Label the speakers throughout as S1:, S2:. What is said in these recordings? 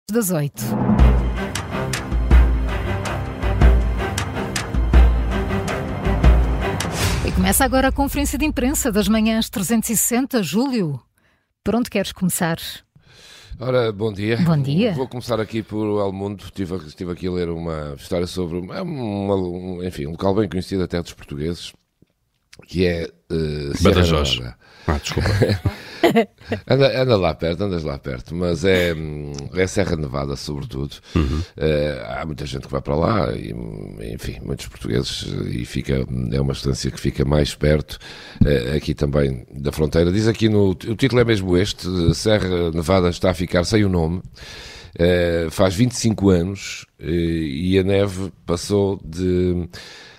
S1: das 8. E começa agora a conferência de imprensa das manhãs 360. Júlio, por onde queres começar?
S2: Ora, bom dia.
S1: Bom dia.
S2: Vou começar aqui por El Mundo. Estive aqui a ler uma história sobre um local bem conhecido até dos portugueses, que é
S3: Badajoz.
S2: Desculpa. Andas lá perto, mas é Serra Nevada, sobretudo. Há muita gente que vai para lá, e, enfim, muitos portugueses, e é uma distância que fica mais perto, aqui também da fronteira. Diz aqui o título é mesmo este: Serra Nevada está a ficar sem o nome. Faz 25 anos e a neve passou de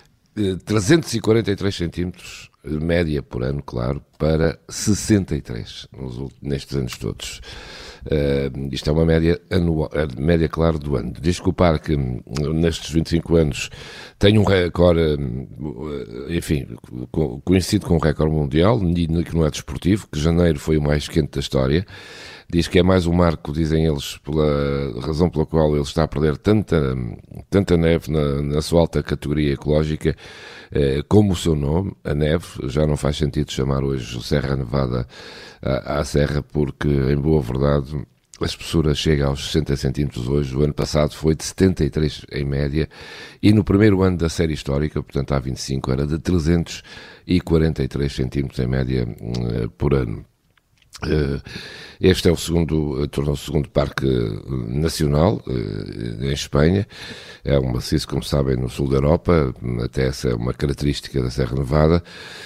S2: 343 centímetros, média por ano, claro, para 63 nestes anos todos. Isto é uma média anual, média, claro, do ano. Diz que o parque, nestes 25 anos, tem um recorde, enfim, conhecido com um recorde mundial, que não é desportivo, que janeiro foi o mais quente da história. Diz que é mais um marco, dizem eles, pela razão pela qual ele está a perder tanta neve na sua alta categoria ecológica, como o seu nome, a neve. Já não faz sentido chamar hoje Serra Nevada à serra, porque, em boa verdade, a espessura chega aos 60 centímetros hoje. O ano passado foi de 73 em média, e no primeiro ano da série histórica, portanto há 25, era de 343 centímetros em média por ano. Este é tornou-se o segundo parque nacional em Espanha. É um maciço, como sabem, no sul da Europa. Até essa é uma característica da Serra Nevada.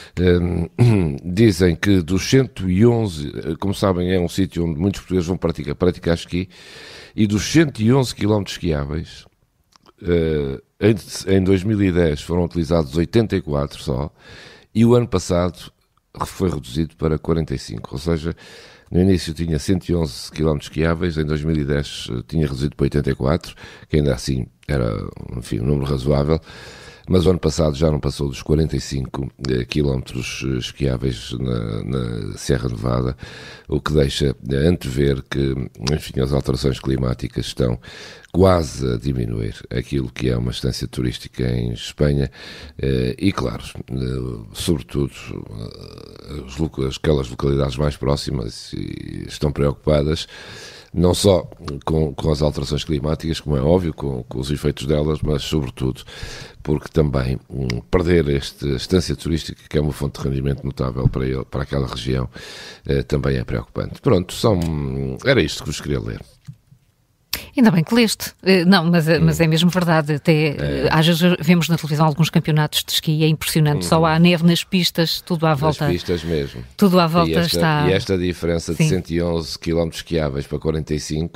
S2: Dizem que dos 111, como sabem, é um sítio onde muitos portugueses vão praticar esqui, e dos 111 km esquiáveis, em 2010 foram utilizados 84 só, e o ano passado foi reduzido para 45, ou seja, no início tinha 111 km esquiáveis, em 2010 tinha reduzido para 84, que ainda assim era, enfim, um número razoável, mas o ano passado já não passou dos 45 km esquiáveis na Serra Nevada, o que deixa antever que, enfim, as alterações climáticas estão quase a diminuir aquilo que é uma estância turística em Espanha, e claro, sobretudo aquelas localidades mais próximas estão preocupadas, não só com as alterações climáticas, como é óbvio, com os efeitos delas, mas sobretudo porque também perder esta estância turística, que é uma fonte de rendimento notável para aquela região, também é preocupante. Pronto, era isto que vos queria ler.
S1: Ainda bem que leste. Não, mas é mesmo verdade. Até às vezes vemos na televisão alguns campeonatos de esqui, é impressionante. Só há neve nas pistas, tudo à volta.
S2: Nas pistas mesmo.
S1: Tudo à volta está.
S2: E esta diferença de 111 km esquiáveis para 45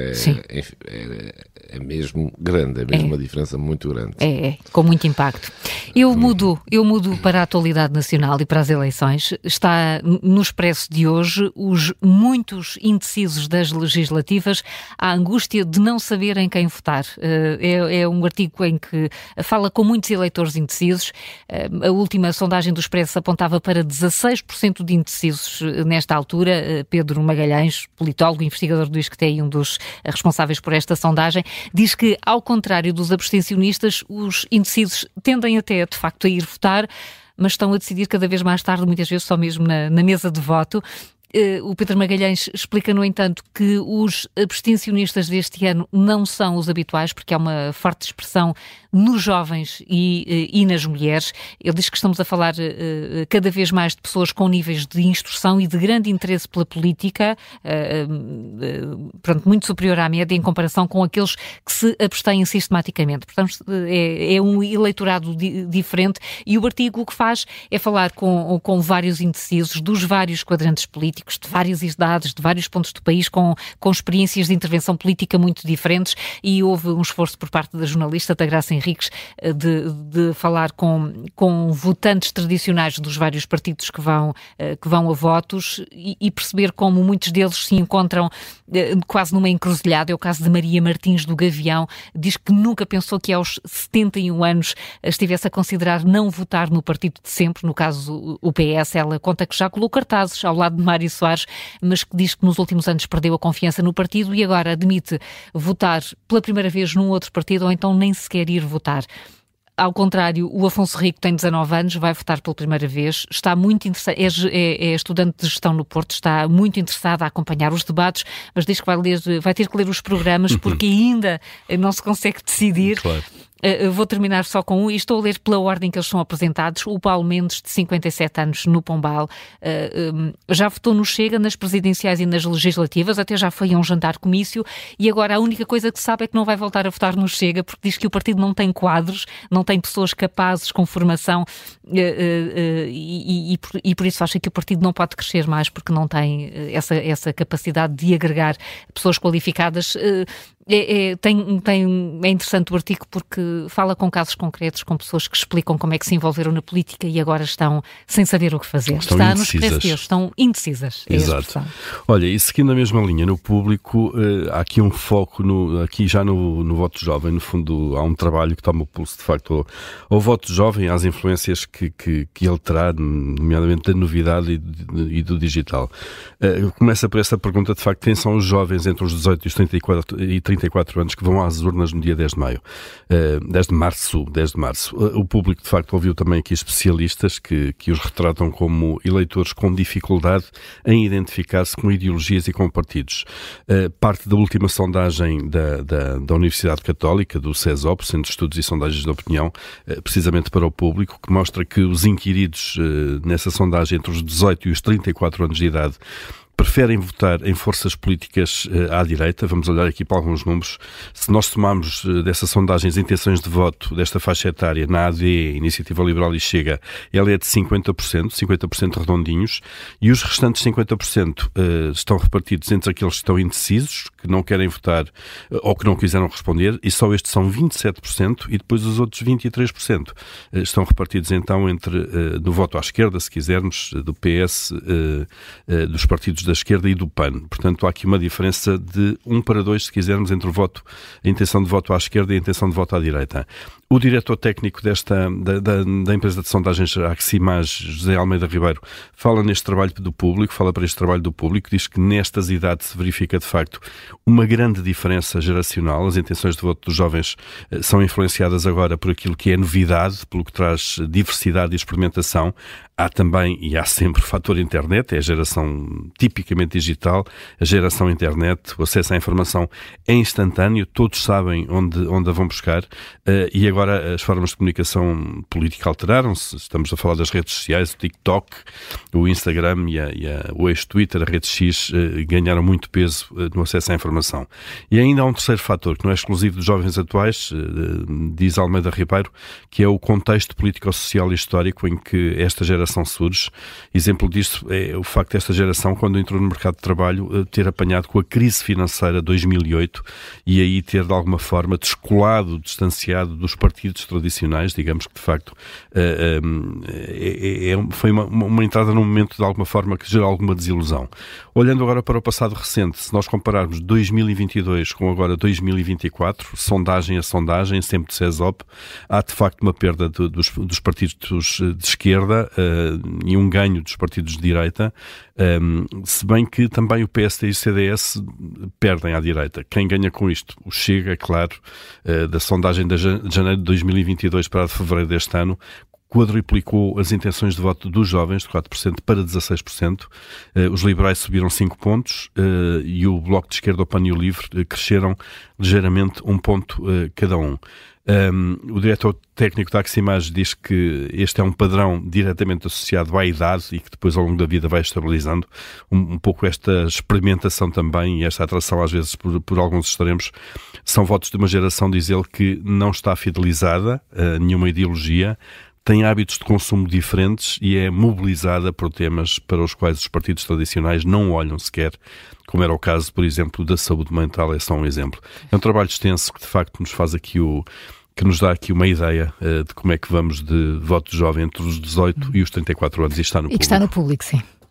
S2: é mesmo grande, é mesmo uma diferença muito grande.
S1: Com muito impacto. Eu mudo para a atualidade nacional e para as eleições. Está no Expresso de hoje os muitos indecisos das legislativas, a angústia de não saber em quem votar. É um artigo em que fala com muitos eleitores indecisos. A última sondagem do Expresso apontava para 16% de indecisos nesta altura. Pedro Magalhães, politólogo e investigador do ISCTE e um dos responsáveis por esta sondagem, diz que, ao contrário dos abstencionistas, os indecisos tendem até, de facto, a ir votar, mas estão a decidir cada vez mais tarde, muitas vezes só mesmo na mesa de voto. O Pedro Magalhães explica, no entanto, que os abstencionistas deste ano não são os habituais, porque há uma forte expressão nos jovens e nas mulheres. Ele diz que estamos a falar cada vez mais de pessoas com níveis de instrução e de grande interesse pela política, muito superior à média em comparação com aqueles que se abstêm sistematicamente. Portanto, é um eleitorado diferente, e o artigo o que faz é falar com vários indecisos dos vários quadrantes políticos, de várias idades, de vários pontos do país, com experiências de intervenção política muito diferentes, e houve um esforço por parte da jornalista Tagraça Henriques de falar com votantes tradicionais dos vários partidos que vão a votos e perceber como muitos deles se encontram quase numa encruzilhada. É o caso de Maria Martins do Gavião, diz que nunca pensou que aos 71 anos estivesse a considerar não votar no partido de sempre, no caso o PS. Ela conta que já colou cartazes ao lado de Mário Soares, mas que diz que nos últimos anos perdeu a confiança no partido e agora admite votar pela primeira vez num outro partido ou então nem sequer ir votar. Ao contrário, o Afonso Rico tem 19 anos, vai votar pela primeira vez, está muito interessado, é estudante de gestão no Porto, está muito interessado a acompanhar os debates, mas diz que vai ter que ler os programas porque ainda não se consegue decidir.
S3: Claro.
S1: Vou terminar só com um, e estou a ler pela ordem que eles são apresentados. O Paulo Mendes, de 57 anos, no Pombal, já votou no Chega, nas presidenciais e nas legislativas, até já foi a um jantar-comício, e agora a única coisa que sabe é que não vai voltar a votar no Chega, porque diz que o partido não tem quadros, não tem pessoas capazes, com formação, e por isso acha que o partido não pode crescer mais, porque não tem essa capacidade de agregar pessoas qualificadas. É interessante o artigo porque fala com casos concretos, com pessoas que explicam como é que se envolveram na política e agora estão sem saber o que fazer. Está nos pés deles, estão indecisas.
S3: Exato. Olha, e seguindo a mesma linha no público, há aqui um foco, aqui já no voto jovem. No fundo, há um trabalho que toma o pulso, de facto, ao voto jovem, às influências que ele terá, nomeadamente da novidade e do digital. Começa por essa pergunta, de facto, quem são os jovens entre os 18 e os 34 anos que vão às urnas no dia 10 de maio, 10 de março. O público, de facto, ouviu também aqui especialistas que os retratam como eleitores com dificuldade em identificar-se com ideologias e com partidos. Parte da última sondagem da Universidade Católica, do CESOP, Centro de Estudos e Sondagens de Opinião, precisamente para o público, que mostra que os inquiridos nessa sondagem entre os 18 e os 34 anos de idade preferem votar em forças políticas à direita. Vamos olhar aqui para alguns números. Se nós tomarmos dessas sondagens intenções de voto desta faixa etária na AD, Iniciativa Liberal e Chega, ela é de 50% redondinhos, e os restantes 50% estão repartidos entre aqueles que estão indecisos, que não querem votar ou que não quiseram responder, e só estes são 27%, e depois os outros 23% estão repartidos então entre no voto à esquerda, se quisermos, do PS, dos partidos da esquerda e do PAN. Portanto, há aqui uma diferença de 1-2, se quisermos, entre a intenção de voto à esquerda e a intenção de voto à direita. O diretor técnico da empresa de sondagens Aximage, José Almeida Ribeiro, fala para este trabalho do público, diz que nestas idades se verifica, de facto, uma grande diferença geracional. As intenções de voto dos jovens são influenciadas agora por aquilo que é novidade, pelo que traz diversidade e experimentação. Há também, e há sempre, o fator internet, é a geração tipicamente digital, a geração internet, o acesso à informação é instantâneo, todos sabem onde a vão buscar, e agora as formas de comunicação política alteraram-se. Estamos a falar das redes sociais, o TikTok, o Instagram o ex-Twitter, a rede X, ganharam muito peso no acesso à informação. E ainda há um terceiro fator, que não é exclusivo dos jovens atuais, diz Almeida Ribeiro, que é o contexto político-social e histórico em que esta geração surge. Exemplo disto é o facto desta geração, quando entrou no mercado de trabalho, ter apanhado com a crise financeira de 2008 e aí ter, de alguma forma, descolado, distanciado dos partidos tradicionais, digamos que, de facto, foi uma entrada num momento, de alguma forma, que gerou alguma desilusão. Olhando agora para o passado recente, se nós compararmos 2022 com agora 2024, sondagem a sondagem, sempre de CESOP, há, de facto, uma perda dos partidos de esquerda e um ganho dos partidos de direita, se bem que também o PSD e o CDS perdem à direita. Quem ganha com isto? O Chega, é claro, da sondagem de janeiro de 2022 para a de fevereiro deste ano, quadruplicou as intenções de voto dos jovens, de 4% para 16%. Os liberais subiram 5 pontos e o Bloco de Esquerda, o PAN e o LIVRE cresceram ligeiramente 1 ponto cada um. O diretor técnico da Aximage diz que este é um padrão diretamente associado à idade e que depois ao longo da vida vai estabilizando um pouco esta experimentação também e esta atração às vezes por alguns extremos. São votos de uma geração, diz ele, que não está fidelizada a nenhuma ideologia, tem hábitos de consumo diferentes e é mobilizada por temas para os quais os partidos tradicionais não olham sequer, como era o caso, por exemplo, da saúde mental. É só um exemplo. É um trabalho extenso que, de facto, nos dá aqui uma ideia de como é que vamos de voto jovem entre os 18 e os 34 anos. E está no público.
S1: E que está no público, sim.